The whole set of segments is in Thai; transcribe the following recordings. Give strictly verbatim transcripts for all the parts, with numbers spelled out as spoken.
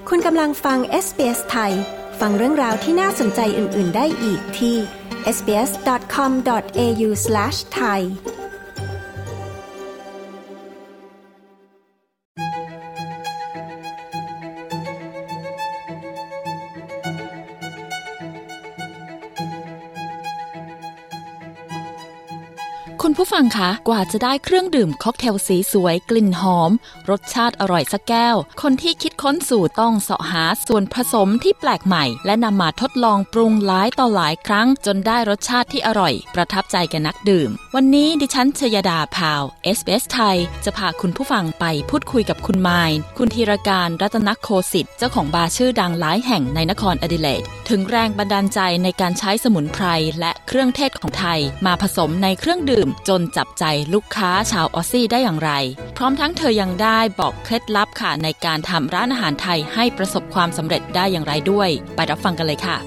คุณกำลังฟัง เอส บี เอส ไทยฟังเรื่องราวที่น่าสนใจอื่นๆได้อีกที่ เอส บี เอส ดอท คอม ดอท เอ ยู สแลช ไทยคุณผู้ฟังคะกว่าจะได้เครื่องดื่มค็อกเทลสีสวยกลิ่นหอมรสชาติอร่อยสักแก้วคนที่คิดค้นสูตรต้องเสาะหาส่วนผสมที่แปลกใหม่และนำมาทดลองปรุงหลายต่อหลายครั้งจนได้รสชาติที่อร่อยประทับใจแก่นักดื่มวันนี้ดิฉันชยดาพาว เอส บี เอส ไทยจะพาคุณผู้ฟังไปพูดคุยกับคุณไมน์คุณธีรการรัตนโคสิทธิ์เจ้าของบาร์ชื่อดังหลายแห่งในนครอดิเลดถึงแรงบันดาลใจในการใช้สมุนไพรและเครื่องเทศของไทยมาผสมในเครื่องดื่มจนจับใจลูกค้าชาวออสซี่ได้อย่างไรพร้อมทั้งเธอยังได้บอกเคล็ดลับค่ะในการทำร้านอาหารไทยให้ประสบความสำเร็จได้อย่างไรด้วยไปรับฟังกันเลยค่ะ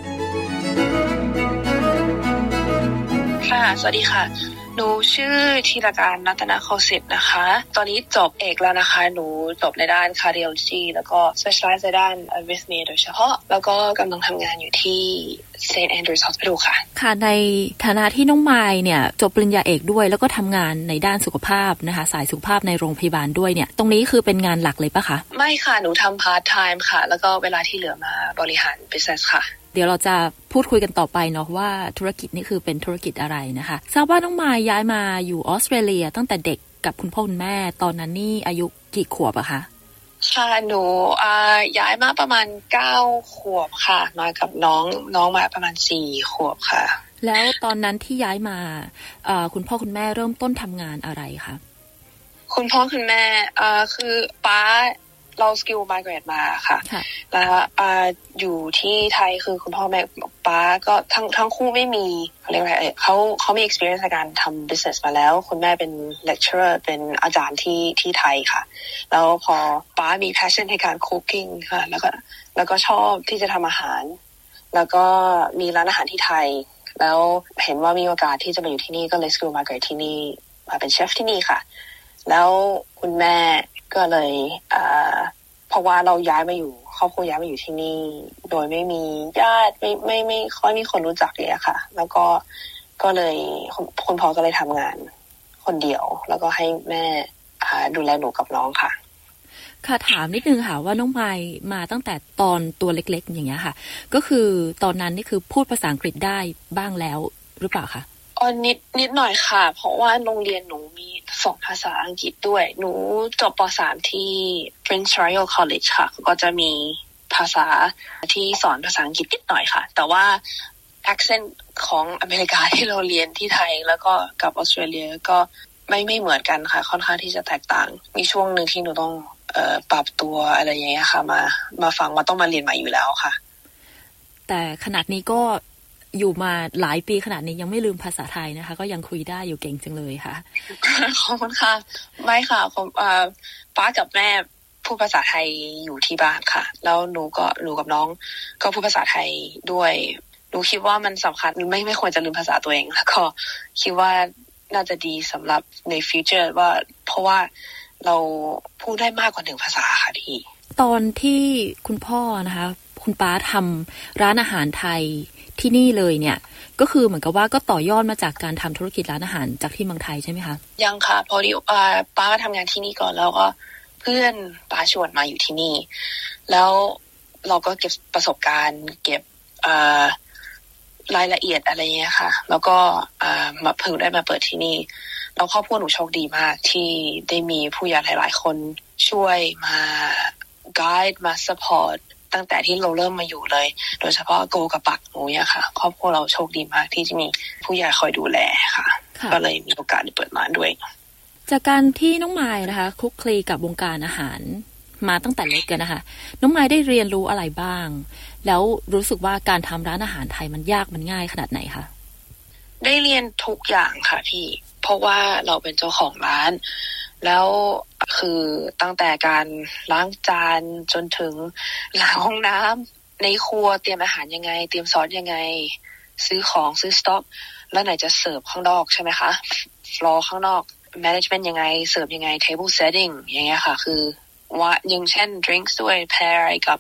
ค่ะสวัสดีค่ะหนูชื่อธีรการรัตนโคสิทธิ์นะคะตอนนี้จบเอกแล้วนะคะหนูจบในด้าน Cardiology แล้วก็ Specialize ในด้าน Arrhythmia โดยเฉพาะแล้วก็กำลังทำงานอยู่ที่ Saint Andrews Hospital ค่ะค่ะในฐานะที่น้องไมน์เนี่ยจบปริญญาเอกด้วยแล้วก็ทำงานในด้านสุขภาพนะคะสายสุขภาพในโรงพยาบาลด้วยเนี่ยตรงนี้คือเป็นงานหลักเลยปะคะไม่ค่ะหนูทำ part time ค่ะแล้วก็เวลาที่เหลือมาบริหาร business ค่ะเดี๋ยวเราจะพูดคุยกันต่อไปเนาะว่าธุรกิจนี่คือเป็นธุรกิจอะไรนะคะทราบว่าน้องไมน์ย้ายมาอยู่ออสเตรเลียตั้งแต่เด็กกับคุณพ่อคุณแม่ตอนนั้นนี่อายุกี่ขวบอะคะค่ะหนูอ่าย้ายมาประมาณเก้าขวบค่ะมากับน้องน้องมาประมาณสี่ขวบค่ะแล้วตอนนั้นที่ย้ายมาอ่าคุณพ่อคุณแม่เริ่มต้นทำงานอะไรคะคุณพ่อคุณแม่อ่าคือป้าเราสกิลไมเกรตมาค่ะแล้วอ่าอยู่ที่ไทยคือคุณพ่อแม่ป้าก็ทั้งทั้งคู่ไม่มีเขาเรียกอะไรเขาเขามี experience ในการทำ business มาแล้วคุณแม่เป็น lecturer เป็นอาจารย์ที่ที่ไทยค่ะแล้วพอป้ามี passion ในการ cooking ค่ะแล้วก็แล้วก็ชอบที่จะทำอาหารแล้วก็มีร้านอาหารที่ไทยแล้วเห็นว่ามีโอกาสที่จะมาอยู่ที่นี่ก็เลยสกิลไมเกรตที่นี่มาเป็นเชฟที่นี่ค่ะแล้วคุณแม่ก็เลยอ่าเพราะว่าเราย้ายมาอยู่ครอบครัวย้ายมาอยู่ที่นี่โดยไม่มีญาติไม่ไม่ไม่ค่อยมีคนรู้จักเลยอะค่ะแล้วก็ก็เลยคุณพ่อก็เลยทำงานคนเดียวแล้วก็ให้แม่อ่าดูแลหนูกับน้องค่ะค่ะถามนิดนึงค่ะว่าน้องไมน์มาตั้งแต่ตอนตัวเล็กๆอย่างเงี้ยค่ะก็คือตอนนั้นนี่คือพูดภาษาอังกฤษได้บ้างแล้วหรือเปล่าคะอ๋อนิดนิดหน่อยค่ะเพราะว่าโรงเรียนหนูมีสองภาษาอังกฤษด้วยหนูจบป.สาม ที่ Prince Royal College ค่ะก็จะมีภาษาที่สอนภาษาอังกฤษนิดหน่อยค่ะแต่ว่า accent ของอเมริกาที่เราเรียนที่ไทยแล้วก็กับออสเตรเลียก็ไม่ไม่เหมือนกันค่ะค่อนข้างที่จะแตกต่างมีช่วงนึงที่หนูต้องเอ่อปรับตัวอะไรอย่างเงี้ยค่ะมามาฟังมาต้องมาเรียนใหม่อยู่แล้วค่ะแต่ขนาดนี้ก็อยู่มาหลายปีขนาดนี้ยังไม่ลืมภาษาไทยนะคะก็ยังคุยได้อยู่เก่งจังเลยค่ะขอบคุณค่ะไม่ค่ะผมป้ากับแม่พูดภาษาไทยอยู่ที่บ้านค่ะแล้วหนูก็หนูกับน้องก็พูดภาษาไทยด้วยหนูคิดว่ามันสำคัญไม่ไม่ควรจะลืมภาษาตัวเองแล้วก็คิดว่าน่าจะดีสำหรับในฟิวเจอร์ว่าเพราะว่าเราพูดได้มากกว่าหนึ่งภาษาค่ะพี่ตอนที่คุณพ่อนะคะคุณป้าทำร้านอาหารไทยที่นี่เลยเนี่ยก็คือเหมือนกับว่าก็ต่อยอดมาจากการทำธุรกิจร้านอาหารจากที่เมืองไทยใช่ไหมคะยังค่ะพอดีอ่าป้ามาทำงานที่นี่ก่อนแล้วก็เพื่อนป้าชวนมาอยู่ที่นี่แล้วเราก็เก็บประสบการณ์เก็บอ่ารายละเอียดอะไรเงี้ยค่ะแล้วก็อ่ามาเพิ่งได้มาเปิดที่นี่แล้วครอบครัวหนูโชคดีมากที่ได้มีผู้ใหญ่หลายๆคนช่วยมาไกด์มาซัพพอร์ตตั้งแต่ที่เราเริ่มมาอยู่เลยโดยเฉพาะโกกับปักหนูเนี่ยค่ะครอบครัวเราโชคดีมากที่จะมีผู้ใหญ่คอยดูแลค่ะก็เลยมีโอกาสได้เปิดร้านด้วยจากการที่น้องไมน์นะคะคลุกคลีกับวงการอาหารมาตั้งแต่เล็กกันนะคะน้องไมน์ได้เรียนรู้อะไรบ้างแล้วรู้สึกว่าการทำร้านอาหารไทยมันยากมันง่ายขนาดไหนคะได้เรียนทุกอย่างค่ะพี่เพราะว่าเราเป็นเจ้าของร้านแล้วคือตั้งแต่การล้างจานจนถึงล้างห้องน้ำในครัวเตรียมอาหารยังไงเตรียมซอสยังไงซื้อของซื้อสต็อกแล้วไหนจะเสิร์ฟข้างนอกใช่ไหมคะฟลอร์ข้างนอก management ยังไงเสิร์ฟยังไง table setting อย่างเงี้ยค่ะคือว่าอย่างเช่น drinks ด้วย pair กับ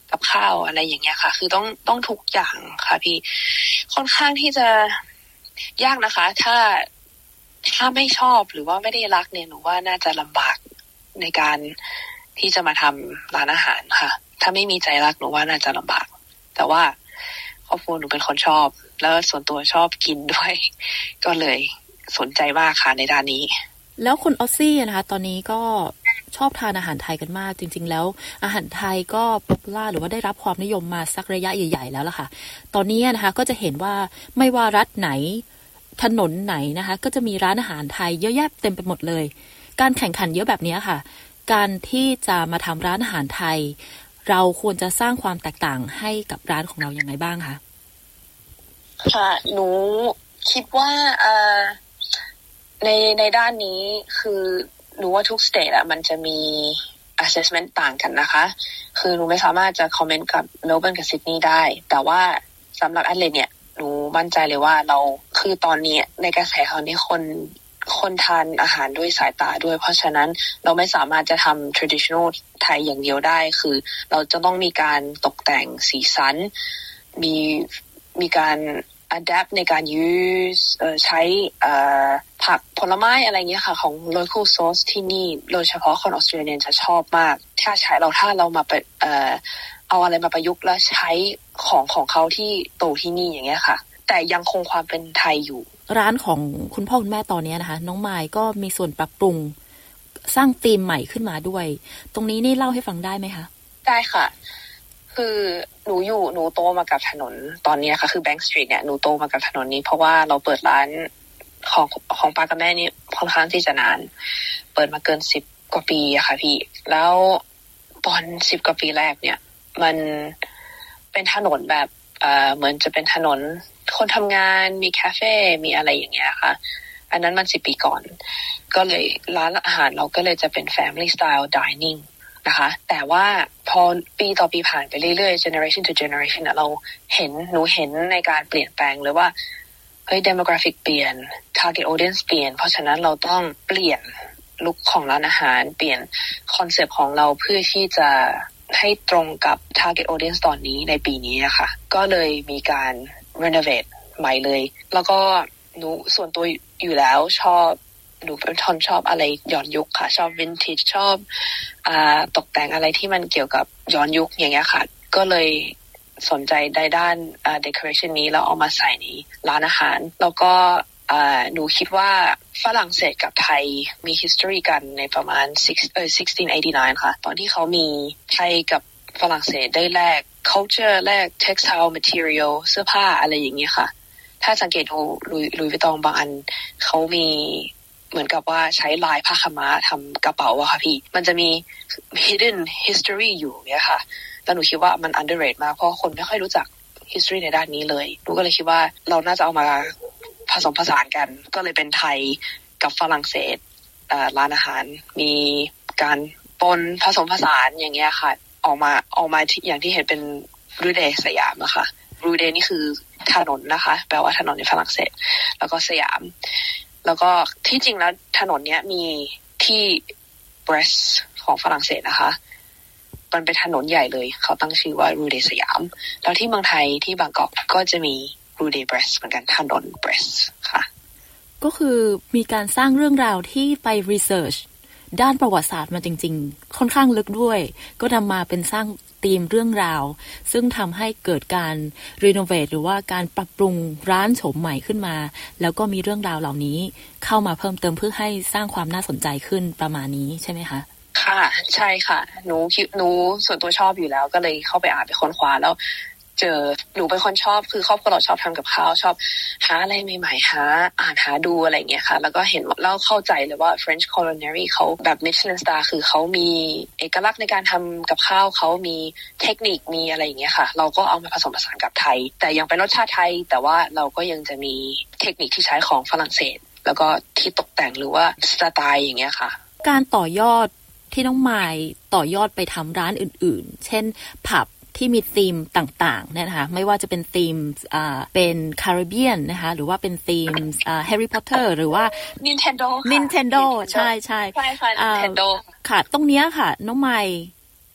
กับข้าวอะไรอย่างเงี้ยค่ะคือต้องต้องทุกอย่างค่ะพี่ค่อนข้างที่จะยากนะคะถ้าถ้าไม่ชอบหรือว่าไม่ได้รักเนี่ยหนูว่าน่าจะลำบากในการที่จะมาทำร้านอาหารค่ะถ้าไม่มีใจรักหนูว่าน่าจะลำบากแต่ว่าครอบครัวหนูเป็นคนชอบแล้วส่วนตัวชอบกินด้วยก็เลยสนใจมากค่ะในด้านนี้แล้วคุณออซซี่นะคะตอนนี้ก็ชอบทานอาหารไทยกันมากจริงๆแล้วอาหารไทยก็ป๊อปปูล่าหรือว่าได้รับความนิยมมาสักระยะใหญ่ๆแล้วล่ะค่ะตอนนี้นะคะก็จะเห็นว่าไม่ว่ารัฐไหนถนนไหนนะคะก็จะมีร้านอาหารไทยเยอะแยะเต็มไปหมดเลยการแข่งขันเยอะแบบนี้ค่ะการที่จะมาทำร้านอาหารไทยเราควรจะสร้างความแตกต่างให้กับร้านของเรายังไงบ้างคะค่ะหนูคิดว่าเอ่อในในด้านนี้คือหนูว่าทุกสเตทอะมันจะมี assessment ต่างกันนะคะคือหนูไม่สามารถจะคอมเมนต์กับเมลเบิร์นกับซิดนีย์ได้แต่ว่าสำหรับแอดเลดเนี่ยหนูมั่นใจเลยว่าเราคือตอนนี้ในกระแสตอนนี้คนคนทานอาหารด้วยสายตาด้วยเพราะฉะนั้นเราไม่สามารถจะทำ traditional ไทยอย่างเดียวได้คือเราจะต้องมีการตกแต่งสีสันมีมีการadapt ในการ use เอ่อใช้เอ่อผักผลไม้อะไรเงี้ยค่ะของ local source ที่นี่โดยเฉพาะคนออสเตรเลียจะชอบมากถ้าใช้เราถ้าเรามาเอ่อเอาอะไรมาประยุกต์แล้วใช้ของของเขาที่โตที่นี่อย่างเงี้ยค่ะแต่ยังคงความเป็นไทยอยู่ร้านของคุณพ่อคุณแม่ตอนนี้นะคะน้องไมค์ก็มีส่วนปรับปรุงสร้างธีมใหม่ขึ้นมาด้วยตรงนี้นี่เล่าให้ฟังได้ไหมคะได้ค่ะคือหนูอยู่หนูโตมากับถนนตอนนี้ค่ะคือ Bank Street เนี่ยหนูโตมากับถนนนี้เพราะว่าเราเปิดร้านของของป้ากับแม่นี่ค่อนข้างที่จะนานเปิดมาเกินสิบกว่าปีอะค่ะพี่แล้วตอนสิบกว่าปีแรกเนี่ยมันเป็นถนนแบบเอ่อเหมือนจะเป็นถนนคนทำงานมีคาเฟ่มีอะไรอย่างเงี้ยค่ะอันนั้นมันสิบปีก่อนก็เลยร้านอาหารเราก็เลยจะเป็น Family Style Diningนะคะแต่ว่าพอปีต่อปีผ่านไปเรื่อยๆ generation to generation เราเห็นหนูเห็นในการเปลี่ยนแปลงเลยว่าเฮ้ย demographic เปลี่ยน target audience เปลี่ยนเพราะฉะนั้นเราต้องเปลี่ยนลุคของร้านอาหารเปลี่ยนคอนเซปต์ของเราเพื่อที่จะให้ตรงกับ target audience ตอนนี้ในปีนี้ค่ะก็เลยมีการ renovate ใหม่เลยแล้วก็หนูส่วนตัวอยู่แล้วชอบหนูเป็นคนชอบอะไรย้อนยุคค่ะชอบวินเทจชอบอ่าตกแต่งอะไรที่มันเกี่ยวกับย้อนยุคอย่างเงี้ยค่ะก็เลยสนใจในด้านอ่า decoration นี้แล้วเอามาใส่ในร้านอาหารแล้วก็อ่าหนูคิดว่าฝรั่งเศสกับไทยมี history กันในประมาณ6เอ่อสิบหกร้อยแปดสิบเก้าค่ะตอนที่เขามีไทยกับฝรั่งเศสได้แลก culture แลก textile material เสื้อผ้าอะไรอย่างเงี้ยค่ะถ้าสังเกตดูลุยลุยวิตตองบางอันเขามีเหมือนกับว่าใช้ลายผ้าขม้าทำกระเป๋าอะค่ะพี่มันจะมี hidden history อยู่เนี่ยค่ะแล้วหนูคิดว่ามัน underrated มากเพราะคนไม่ค่อยรู้จัก history ในด้านนี้เลยหนูก็เลยคิดว่าเราน่าจะเอามาผสมผสานกันก็เลยเป็นไทยกับฝรั่งเศสร้านอาหารมีการปนผสมผสานอย่างเงี้ยค่ะออกมาออกมาอย่างที่เห็นเป็นรูเดย์สยามอะค่ะรูเดย์นี่คือถนนนะคะแปลว่าถนนในฝรั่งเศสแล้วก็สยามแล้วก็ที่จริงแล้วถนนเนี้ยมีที่เบรสของฝรั่งเศสนะคะมันเป็นถนนใหญ่เลยเขาตั้งชื่อว่ารูเดย์สยามแล้วที่เมืองไทยที่บางกอกก็จะมีรูเดย์เบรสเหมือนกันถนนเบรสค่ะก็คือมีการสร้างเรื่องราวที่ไปรีเสิร์ชด้านประวัติศาสตร์มาจริงๆค่อนข้างลึกด้วยก็นำมาเป็นสร้างธีมเรื่องราวซึ่งทำให้เกิดการรีโนเวทหรือว่าการปรับปรุงร้านโฉมใหม่ขึ้นมาแล้วก็มีเรื่องราวเหล่านี้เข้ามาเพิ่มเติมเพื่อให้สร้างความน่าสนใจขึ้นประมาณนี้ใช่ไหมคะค่ะใช่ค่ะหนูคิดหนูส่วนตัวชอบอยู่แล้วก็เลยเข้าไปอ่านไปค้นคว้าแล้วเจอหนูเป็นคนชอบคือครอบครัวเราชอบทำกับข้าวชอบหาอะไรใหม่ๆหาอ่านหาดูอะไรเงี้ยค่ะแล้วก็เห็นแล้วเข้าใจเลยว่า French Culinary เขาแบบ Michelin Star คือเขามีเอกลักษณ์ในการทำกับข้าวเขามีเทคนิคมีอะไรอย่างเงี้ยค่ะเราก็เอามาผสมผสานกับไทยแต่ยังเป็นรสชาติไทยแต่ว่าเราก็ยังจะมีเทคนิคที่ใช้ของฝรั่งเศสแล้วก็ที่ตกแต่งหรือว่าสไตล์อย่างเงี้ยค่ะการต่อยอดที่น้องมายต่อยอดไปทำร้านอื่นๆเช่นผับที่มีธีมต่างๆเนี่ยนะคะไม่ว่าจะเป็นธีมอ่าเป็นคาริเบียนนะคะหรือว่าเป็นธีมอ่าแฮร์รี่พอตเตอร์หรือว่า Nintendo ค่ะ Nintendo ใช่ๆใช่ค่ะ Nintendo ค่ะตรงเนี้ยค่ะน้องไมค์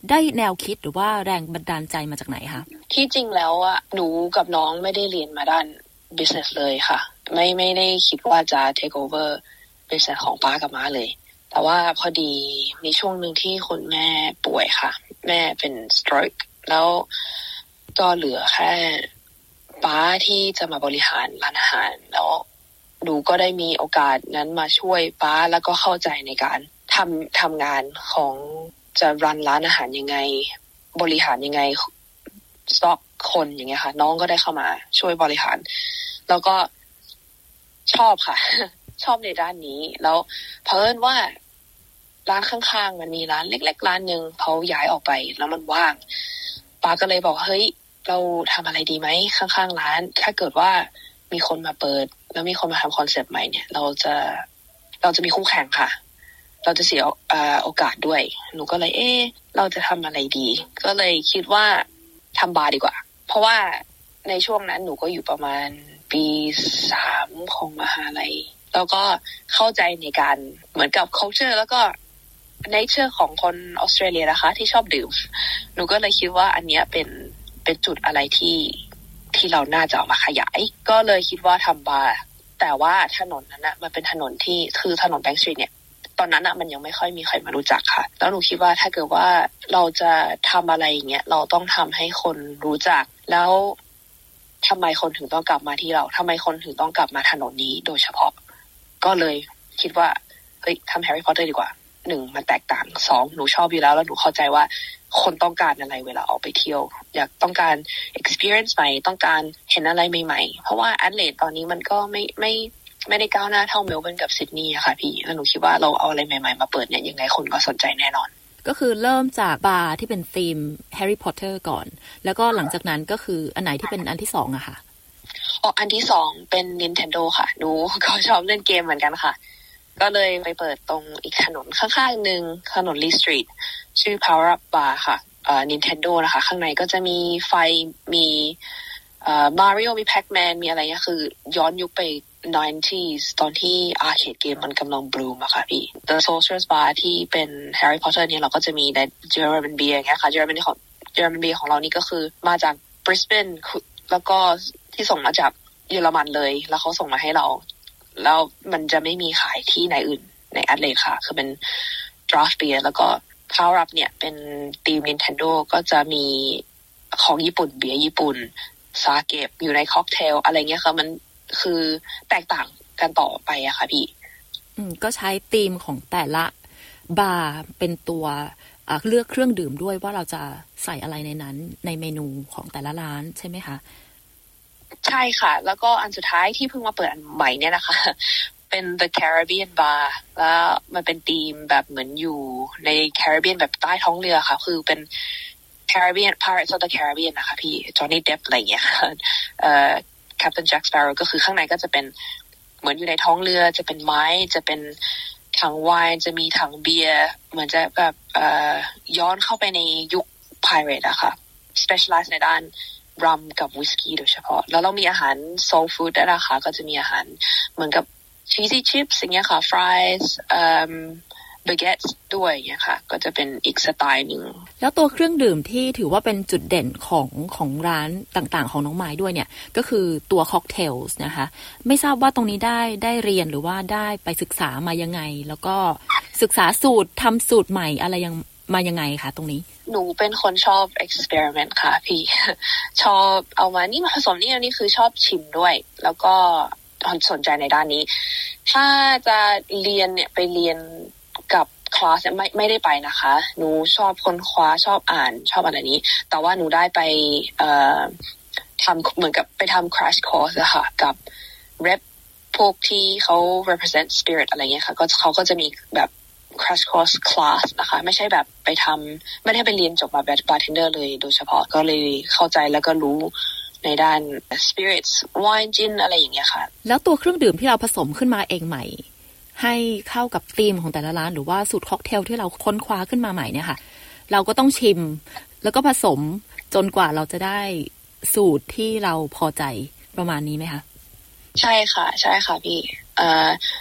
ได้แนวคิดหรือว่าแรงบันดาลใจมาจากไหนคะที่จริงแล้วอ่ะหนูกับน้องไม่ได้เรียนมาด้าน business เลยค่ะไม่ไม่ได้คิดว่าจะ take over business ของป้ากับม้าเลยแต่ว่าพอดีมีช่วงหนึ่งที่คุณแม่ป่วยค่ะแม่เป็น stroke แล้วก็เหลือแค่ป้าที่จะมาบริหารร้านอาหารแล้วหนูก็ได้มีโอกาสนั้นมาช่วยป้าแล้วก็เข้าใจในการทำทำงานของจะรันร้านอาหารยังไงบริหารยังไงสต็อกคนอย่างเงี้ยค่ะน้องก็ได้เข้ามาช่วยบริหารแล้วก็ชอบค่ะ ชอบในด้านนี้แล้วเพิ่นว่าร้านข้างๆมันมีร้านเล็กๆร้านนึงเขาย้ายออกไปแล้วมันว่างป้าก็เลยบอกเฮ้ยเราทำอะไรดีไหมข้างๆร้านถ้าเกิดว่ามีคนมาเปิดแล้วมีคนมาทำคอนเซปต์ใหม่เนี่ยเราจะเราจะมีคู่แข่งค่ะเราจะเสียโอกาสด้วยหนูก็เลยเอ๊ะเราจะทำอะไรดีก็เลยคิดว่าทำบาร์ดีกว่าเพราะว่าในช่วงนั้นหนูก็อยู่ประมาณปีสามของมหาลัยแล้วก็เข้าใจในการเหมือนกับ culture แล้วก็ nature ของคนออสเตรเลียนะคะที่ชอบดื่มหนูก็เลยคิดว่าอันเนี้ยเป็นเป็นจุดอะไรที่ที่เราน่าจะเอามาขยายก็เลยคิดว่าทำบาร์แต่ว่าถนนนั้นนะมันเป็นถนนที่คือถนนแบงค์สตรีทเนี่ยตอนนั้นอะมันยังไม่ค่อยมีใครมารู้จักค่ะแล้วหนูคิดว่าถ้าเกิดว่าเราจะทำอะไรอย่างเงี้ยเราต้องทำให้คนรู้จักแล้วทำไมคนถึงต้องกลับมาที่เราทำไมคนถึงต้องกลับมาถนนนี้โดยเฉพาะก็เลยคิดว่าเฮ้ยทำแฮร์รี่พอตเตอร์ดีกว่าหนึ่งมันแตกต่างสองหนูชอบอยู่แล้วแล้วหนูเข้าใจว่าคนต้องการอะไรเวลาออกไปเที่ยวอยากต้องการ experience ใหม่ต้องการเห็นอะไรใหม่ๆเพราะว่าแอดเลดตอนนี้มันก็ไม่ไม่ไม่ได้ก้าวหน้าเท่าเมลเบิร์นกับซิดนีย์อะค่ะพี่แล้วหนูคิดว่าเราเอาอะไรใหม่ๆมาเปิดเนี่ยยังไงคนก็สนใจแน่นอนก็คือเริ่มจากบาร์ที่เป็นธีมแฮร์รี่พอตเตอร์ก่อนแล้วก็หลังจากนั้นก็คืออันไหนที่เป็นอันที่สองอะค่ะอ๋ออันที่สองเป็น Nintendo ค่ะหนูก็ชอบเล่นเกมเหมือนกันค่ะก็เลยไปเปิดตรงอีกถนนข้างๆนึงถนน Lee Street ชื่อ Power Up Bar ค่ะเอ่อ Nintendo นะคะข้างในก็จะมีไฟมีเอ่อ Mario มี Pac-Man มีอะไรเงี้ยคือย้อนยุคไป nineties ตอนที่อาร์เคดเกมมันกำลังบลูมอะค่ะพี่ The Sorcerer's Bar ที่เป็น Harry Potter เนี่ยเราก็จะมีใน German Beer อย่างเงี้ยค่ะ German ของ German Beer ของเรานี่ก็คือมาจาก Brisbane แล้วก็ที่ส่งมาจากเยอรมันเลยแล้วเขาส่งมาให้เราแล้วมันจะไม่มีขายที่ไหนอื่นในแอดเลดค่ะคือเป็น draft beer แล้วก็ Power Up เนี่ยเป็นทีม Nintendo ก็จะมีของญี่ปุ่นเบียร์ญี่ปุ่นซาเกะอยู่ในค็อกเทลอะไรเงี้ยค่ะมันคือแตกต่างกันต่อไปอะค่ะพี่อืมก็ใช้ธีมของแต่ละบาร์เป็นตัวเลือกเครื่องดื่มด้วยว่าเราจะใส่อะไรในนั้นในเมนูของแต่ละร้านใช่ไหมคะใช่ค่ะแล้วก็อันสุดท้ายที่เพิ่งมาเปิดอันใหม่เนี่ยนะคะเป็น The Caribbean Bar แล้วมันเป็นธีมแบบเหมือนอยู่ใน Caribbean แบบใต้ท้องเรือค่ะคือเป็น Caribbean Pirates of the Caribbean นะคะพี่ Johnny Depp อะไรอย่างเงี้ยเอ่อ Captain Jack Sparrow ก็คือข้างในก็จะเป็นเหมือนอยู่ในท้องเรือจะเป็นไม้จะเป็นถังไวน์จะมีถังเบียร์เหมือนจะแบบเอ่อย้อนเข้าไปในยุค Pirate อะค่ะ Specialize ในด้านรัมกับวิสกี้โดยเฉพาะแล้วเรามีอาหารโซลฟู้ดด้วยนะคะก็จะมีอาหารเหมือนกับ cheesy chips อย่างเงี้ยค่ะ fries เอ่อ baguettes ด้วยอย่างเงี้ยค่ะก็จะเป็นอีกสไตล์นึงแล้วตัวเครื่องดื่มที่ถือว่าเป็นจุดเด่นของของร้านต่างๆของน้องไม้ด้วยเนี่ยก็คือตัวค็อกเทลส์นะคะไม่ทราบว่าตรงนี้ได้ได้เรียนหรือว่าได้ไปศึกษามายังไงแล้วก็ศึกษาสูตรทำสูตรใหม่อะไรยังมายังไงคะตรงนี้หนูเป็นคนชอบ experiment ค่ะพี่ชอบเอามานี่มาผสมนี่นี่คือชอบชิมด้วยแล้วก็สนใจในด้านนี้ถ้าจะเรียนเนี่ยไปเรียนกับคลาสไม่ไม่ได้ไปนะคะหนูชอบค้นคว้าชอบอ่านชอบอะไรนี้แต่ว่าหนูได้ไปเอ่อทำเหมือนกับไปทำ crash course อะค่ะกับ rep พวกที่เขา represent spirit อะไรเงี้ยค่ะก็เขาก็จะมีแบบ crash course class นะคะไม่ใช่แบบไปทำไม่ได้ไปเรียนจบมาแบบ bartender เลยโดยเฉพาะก็เลยเข้าใจแล้วก็รู้ในด้าน spirits wine gin อะไรอย่างเงี้ยค่ะแล้วตัวเครื่องดื่มที่เราผสมขึ้นมาเองใหม่ให้เข้ากับธีมของแต่ละร้านหรือว่าสูตรค็อกเทลที่เราค้นคว้าขึ้นมาใหม่เนี่ยค่ะเราก็ต้องชิมแล้วก็ผสมจนกว่าเราจะได้สูตรที่เราพอใจประมาณนี้ไหมคะใช่ค่ะใช่ค่ะพี่เอ่อ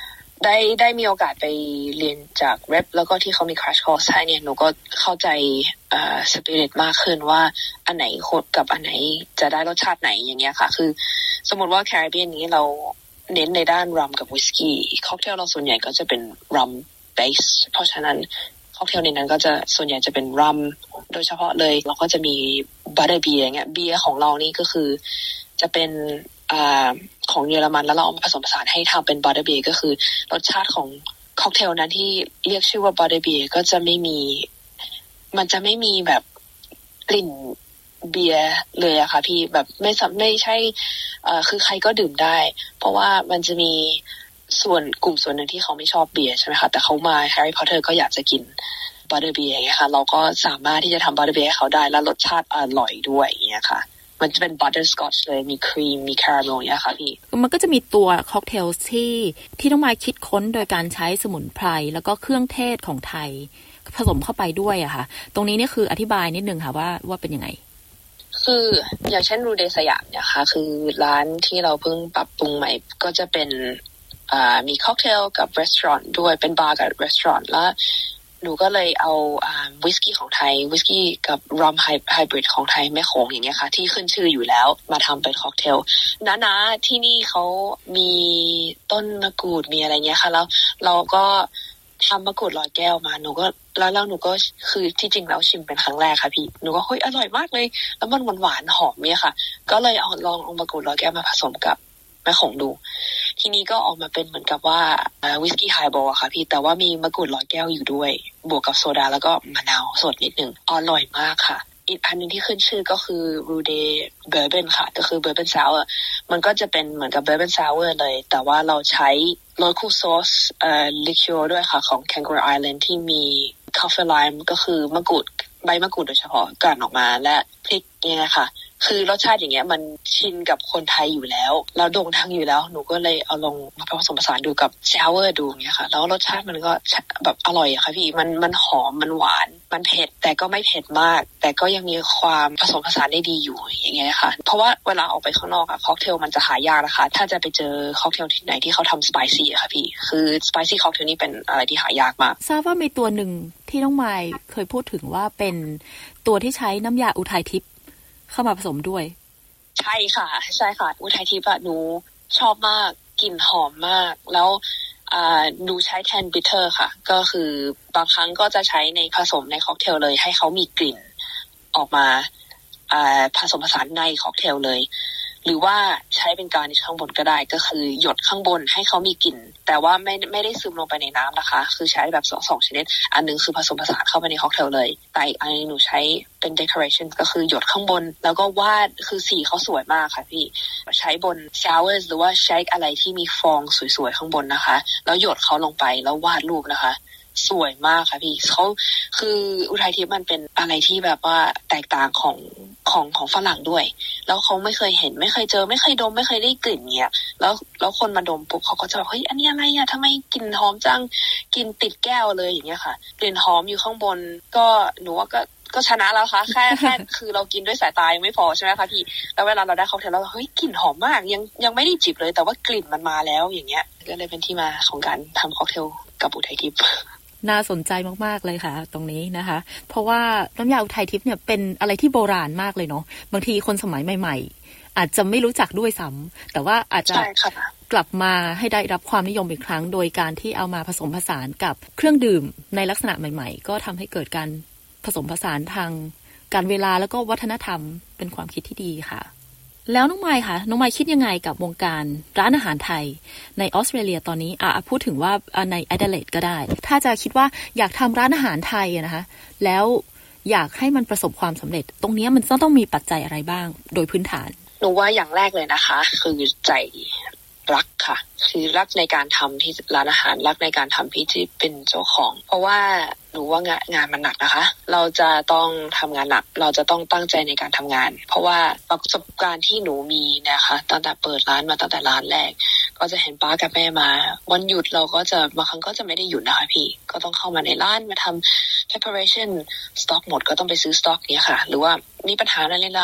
ได้ได้มีโอกาสไปเรียนจากเรปแล้วก็ที่เขามี crash course ให้เนี่ยหนูก็เข้าใจเอ่อ spirit มากขึ้นว่าอันไหนโคตรกับอันไหนจะได้รสชาติไหนอย่างเงี้ยค่ะคือสมมติว่าแคริบเบียนนี้เราเน้นในด้านรัมกับวิสกี้ค็อกเทลเราส่วนใหญ่ก็จะเป็นรัมเบสเพราะฉะนั้นค็อกเทลในนั้นก็จะส่วนใหญ่จะเป็นรัมโดยเฉพาะเลยเราก็จะมีบัตเตอร์เบียร์เงี้ยเบียร์ของเรานี่ก็คือจะเป็นอ่าของเยอรมันแล้วเราเอามาผสมผสานให้ทำเป็นบัตเตอร์เบียร์ก็คือรสชาติของค็อกเทลนั้นที่เรียกชื่อว่าบัตเตอร์เบียร์ก็จะไม่มีมันจะไม่มีแบบกลิ่นเบียร์เลยอะค่ะพี่แบบไม่ไม่ใช่เอ่อคือใครก็ดื่มได้เพราะว่ามันจะมีส่วนกลุ่มส่วนหนึ่งที่เขาไม่ชอบเบียร์ใช่ไหมคะแต่เขามาแฮร์รี่พอตเตอร์ก็อยากจะกินบัตเตอร์เบียร์อย่างเงี้ยค่ะเราก็สามารถที่จะทำบัตเตอร์เบียร์ให้เขาได้และรสชาติอร่อยด้วยอย่างเงี้ยค่ะมันจะเป็นบัตเตอร์สกอตช์เลยมีครีมมีคาราเมลอย่างเงี้ยค่ะพี่มันก็จะมีตัวค็อกเทลที่ที่ต้องมาคิดค้นโดยการใช้สมุนไพรแล้วก็เครื่องเทศของไทยผสมเข้าไปด้วยอะค่ะตรงนี้นี่คืออธิบายนิดนึงค่ะว่าว่าเป็นยังไงคืออย่างเช่นรูเดสยามเนี่ยค่ะคือร้านที่เราเพิ่งปรับปรุงใหม่ก็จะเป็นอ่ามีค็อกเทลกับรีสอร์ทด้วยเป็นบาร์กับรีสอร์ทแล้วหนูก็เลยเอาอ่าวิสกี้ของไทยวิสกี้กับรัมไฮบริดของไทยแม่โขงอย่างเงี้ยค่ะที่ขึ้นชื่ออยู่แล้วมาทำเป็นค็อกเทลนะๆที่นี่เขามีต้นมะกรูดมีอะไรเงี้ยค่ะแล้วเราก็ทำมะกรูดลอยแก้วมาหนูก็แล้วแล้วหนูก็คือที่จริงแล้วชิมเป็นครั้งแรกค่ะพี่หนูก็เฮ้ยอร่อยมากเลยแล้วมันหวานๆหอมเนี่ยค่ะก็เลยเอาลองเอามะกรูดลอยแก้วมาผสมกับแม่ของดูทีนี้ก็ออกมาเป็นเหมือนกับว่าวิสกี้ไฮบอลอะค่ะพี่แต่ว่ามีมะกรูดลอยแก้วอยู่ด้วยบวกกับโซดาแล้วก็มะนาวสดนิดนึงอร่อยมากค่ะอีกอันนึงที่ขึ้นชื่อก็คือรูเดเบอร์เบนค่ะก็คือเบอร์เบนซาวร์มันก็จะเป็นเหมือนกับเบอร์เบนซาวร์เลยแต่ว่าเราใช้โลคูซอสเอ่อลิคิวร์ด้วยค่ะของ Kangaroo Island ที่มีคาเฟไลม์ก็คือมะกรูดใบมะกรูดโดยเฉพาะกันออกมาและพริกเนี่ยค่ะคือรสชาติอย่างเงี้ยมันชินกับคนไทยอยู่แล้วแล้วโด่งดังอยู่แล้วหนูก็เลยเอาลงมาผสมผสานดูกับซาวเวอร์ดูอย่างเงี้ยค่ะแล้วรสชาติมันก็แบบอร่อยอะค่ะพี่มันมันหอมมันหวานมันเผ็ดแต่ก็ไม่เผ็ดมากแต่ก็ยังมีความผสมผสานได้ดีอยู่อย่างเงี้ยค่ะเพราะว่าเวลาออกไปข้างนอกอะค็อกเทลมันจะหายากนะคะถ้าจะไปเจอค็อกเทลที่ไหนที่เขาทำสไปซี่อะค่ะพี่คือสไปซี่ค็อกเทลนี่เป็นอะไรที่หายากมากทราบว่ามีตัวหนึ่งที่น้องไมค์เคยพูดถึงว่าเป็นตัวที่ใช้น้ำยาอุทัยทิพย์เข้ามาผสมด้วยใช่ค่ะใช่ค่ะอุทัยทิพย์อะหนูชอบมากกลิ่นหอมมากแล้วอ่าหนูใช้แทนบิทเทอร์ค่ะก็คือบางครั้งก็จะใช้ในผสมในค็อกเทลเลยให้เขามีกลิ่นออกมาอ่าผสมผสานในค็อกเทลเลยหรือว่าใช้เป็นการนิชข้างบนก็ได้ก็คือหยดข้างบนให้เขามีกลิ่นแต่ว่าไม่ไม่ได้ซึมลงไปในน้ำนะคะคือใช้แบบสองสองชนิดอันนึงคือผสมผสานเข้าไปในค็อกเทลเลยแต่อีกอันนึงหนูใช้เป็น decoration ก็คือหยดข้างบนแล้วก็วาดคือสีเขาสวยมากค่ะพี่ใช้บน showers หรือว่าใช้อะไรที่มีฟองสวยๆข้างบนนะคะแล้วหยดเขาลงไปแล้ววาดรูปนะคะสวยมากค่ะพี่เขาคืออุทัยทิพย์มันเป็นอะไรที่แบบว่าแตกต่างของของของฝรั่งด้วยแล้วเขาไม่เคยเห็นไม่เคยเจอไม่เคยดมไม่เคยได้กลิ่นเงี้ยแล้วแล้วคนมาดมปุ๊บเขาก็จะบอกเฮ้ยอันนี้อะไรอ่ะทำไมกลิ่นหอมจังกลิ่นติดแก้วเลยอย่างเงี้ยค่ะกลิ่นหอมอยู่ข้างบนก็หนูว่าก็ก็ชนะแล้วค่ะแค่แค่คือเรากินด้วยสายตายังไม่พอใช่ไหมคะพี่แล้วเวลาเราได้ค็อกเทลแล้วเฮ้ยกลิ่นหอมมากยังยังไม่ได้จิบเลยแต่ว่ากลิ่นมันมาแล้วอย่างเงี้ยก็เลยเป็นที่มาของการทำค็อกเทลกับอุทัยทิพย์น่าสนใจมากๆเลยค่ะตรงนี้นะคะเพราะว่าน้ำยาอุทัยทิพย์เนี่ยเป็นอะไรที่โบราณมากเลยเนาะบางทีคนสมัยใหม่ๆอาจจะไม่รู้จักด้วยซ้ำแต่ว่าอาจจะกลับมาให้ได้รับความนิยมอีกครั้งโดยการที่เอามาผสมผสานกับเครื่องดื่มในลักษณะใหม่ๆก็ทำให้เกิดการผสมผสานทางการเวลาแล้วก็วัฒนธรรมเป็นความคิดที่ดีค่ะแล้วน้องไมค์ค่ะน้องไมค์คิดยังไงกับวงการร้านอาหารไทยในออสเตรเลียตอนนี้อ่ะพูดถึงว่าในแอดิเลดก็ได้ถ้าจะคิดว่าอยากทำร้านอาหารไทยนะคะแล้วอยากให้มันประสบความสำเร็จตรงนี้มันต้องต้องมีปัจจัยอะไรบ้างโดยพื้นฐานหนูว่าอย่างแรกเลยนะคะคือใจรักค่ะคือรักในการทำที่ร้านอาหารรักในการทำที่ที่เป็นเจ้าของเพราะว่าหนูว่างานงานมันหนักนะคะเราจะต้องทำงานหนักเราจะต้องตั้งใจในการทำงานเพราะว่าประสบการณ์ที่หนูมีนะคะตั้งแต่เปิดร้านมาตั้งแต่ร้านแรกก็จะเห็นป้ากับแม่มาวันหยุดเราก็จะบางครั้งก็จะไม่ได้หยุดนะคะพี่ก็ต้องเข้ามาในร้านมาทำ preparation stock หมดก็ต้องไปซื้อ stock เนี้ยค่ะหรือว่ามีปัญหาอะไรในร้าน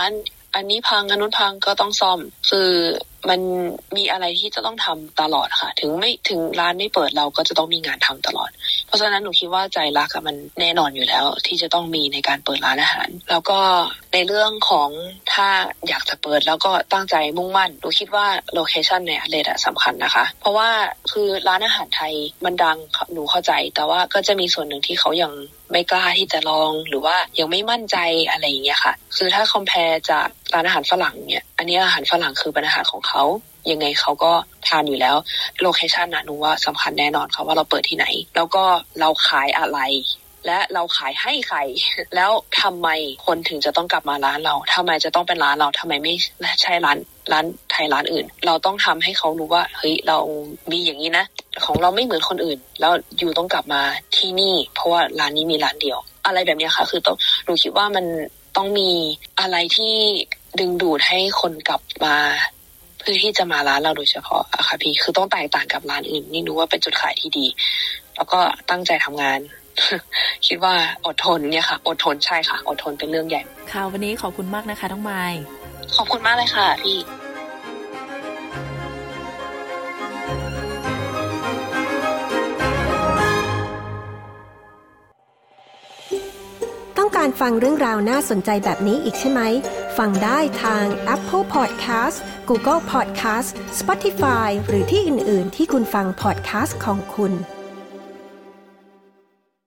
อันนี้พังอันนู้นพังก็ต้องซ่อมคือมันมีอะไรที่จะต้องทำตลอดค่ะถึงไม่ถึงร้านไม่เปิดเราก็จะต้องมีงานทำตลอดเพราะฉะนั้นหนูคิดว่าใจรักมันแน่นอนอยู่แล้วที่จะต้องมีในการเปิดร้านอาหารแล้วก็ในเรื่องของถ้าอยากจะเปิดแล้วก็ตั้งใจมุ่งมั่นหนูคิดว่าโลเคชั่นในอาเลดสำคัญนะคะเพราะว่าคือร้านอาหารไทยมันดังหนูเข้าใจแต่ว่าก็จะมีส่วนหนึ่งที่เขายังไม่กล้าที่จะลองหรือว่ายังไม่มั่นใจอะไรอย่างเงี้ยค่ะคือถ้าคอมเพลจากร้านอาหารฝรั่งเนี่ยอันนี้อาหารฝรั่งคือเป็นอาหารของเขายังไงเขาก็ทานอยู่แล้วโลเคชั่นน่ะหนูว่าสำคัญแน่นอนค่ะว่าเราเปิดที่ไหนแล้วก็เราขายอะไรและเราขายให้ใครแล้วทำไมคนถึงจะต้องกลับมาร้านเราทำไมจะต้องเป็นร้านเราทำไมไม่ใช่ร้านร้านไทยร้านอื่นเราต้องทำให้เขารู้ว่าเฮ้ยเรามีอย่างนี้นะของเราไม่เหมือนคนอื่นแล้วอยู่ต้องกลับมาที่นี่เพราะว่าร้านนี้มีร้านเดียวอะไรแบบนี้ค่ะคือต้องหนูคิดว่ามันต้องมีอะไรที่ดึงดูดให้คนกลับมาเพื่อที่จะมาร้านเราโดยเฉพาะอะค่ะพี่คือต้องแตกต่างกับร้านอื่นนี่รู้ว่าเป็นจุดขายที่ดีแล้วก็ตั้งใจทำงาน คิดว่าอดทนเนี่ยค่ะอดทนใช่ค่ะอดทนเป็นเรื่องใหญ่ค่ะวันนี้ขอบคุณมากนะคะน้องไมค์ขอบคุณมากเลยค่ะพี่ต้องการฟังเรื่องราวน่าสนใจแบบนี้อีกใช่ไหมฟังได้ทาง Apple Podcast Google Podcast Spotify หรือที่อื่นๆที่คุณฟัง podcast ของคุณ